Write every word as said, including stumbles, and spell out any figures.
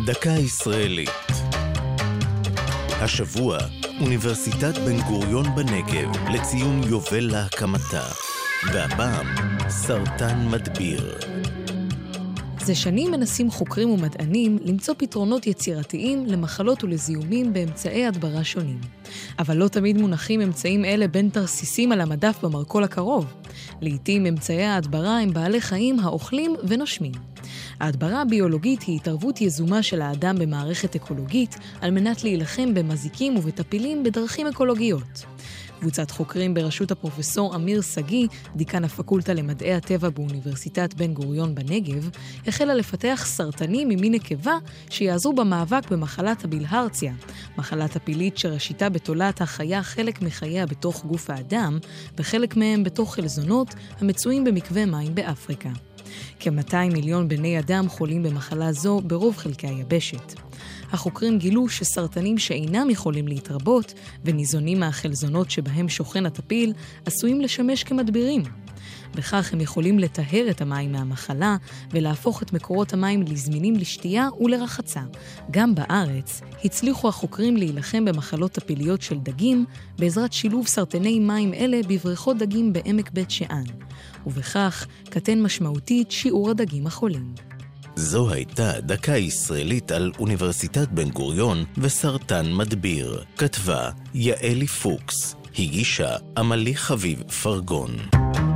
דקה ישראלית. השבוע, אוניברסיטת בן גוריון בנגב לציון יובל להקמתה. והפעם, סרטן מדביר. זה שנים מנסים חוקרים ומדענים למצוא פתרונות יצירתיים למחלות ולזיהומים באמצעי הדברה שונים. אבל לא תמיד מונחים אמצעים אלה בין תרסיסים על המדף במרכול הקרוב. לעתים אמצעי ההדברה הם בעלי חיים האוכלים ונושמים. ההדברה הביולוגית היא התערבות יזומה של האדם במערכת אקולוגית על מנת להילחם במזיקים ובטפילים בדרכים אקולוגיות. קבוצת חוקרים בראשות הפרופסור אמיר סגי, דיקן הפקולטה למדעי הטבע באוניברסיטת בן גוריון בנגב, החלה לפתח סרטנים ממין נקבה שיעזרו במאבק במחלת הבילהרציה, מחלה טפילית שראשיתה בתולעת החיה חלק מחייה בתוך גוף האדם, וחלק מהם בתוך חלזונות המצויים במקווה מים באפריקה. כ-מאתיים מיליון בני אדם חולים במחלה זו ברוב חלקי היבשת. החוקרים גילו שסרטנים שאינם יכולים להתרבות וניזונים מהחלזונות שבהם שוכן הטפיל עשויים לשמש כמדבירים. בכך הם יכולים לטהר את המים מהמחלה ולהפוך את מקורות המים לזמינים לשתייה ולרחצה. גם בארץ הצליחו החוקרים להילחם במחלות טפיליות של דגים בעזרת שילוב סרטני מים אלה בבריכות דגים בעמק בית שאן, ובכך קטן משמעותית שיעור הדגים החולים. זו הייתה דקה ישראלית על אוניברסיטת בן גוריון וסרטן מדביר. כתבה יעלי פוקס, הגישה עמלי חביב פרגון.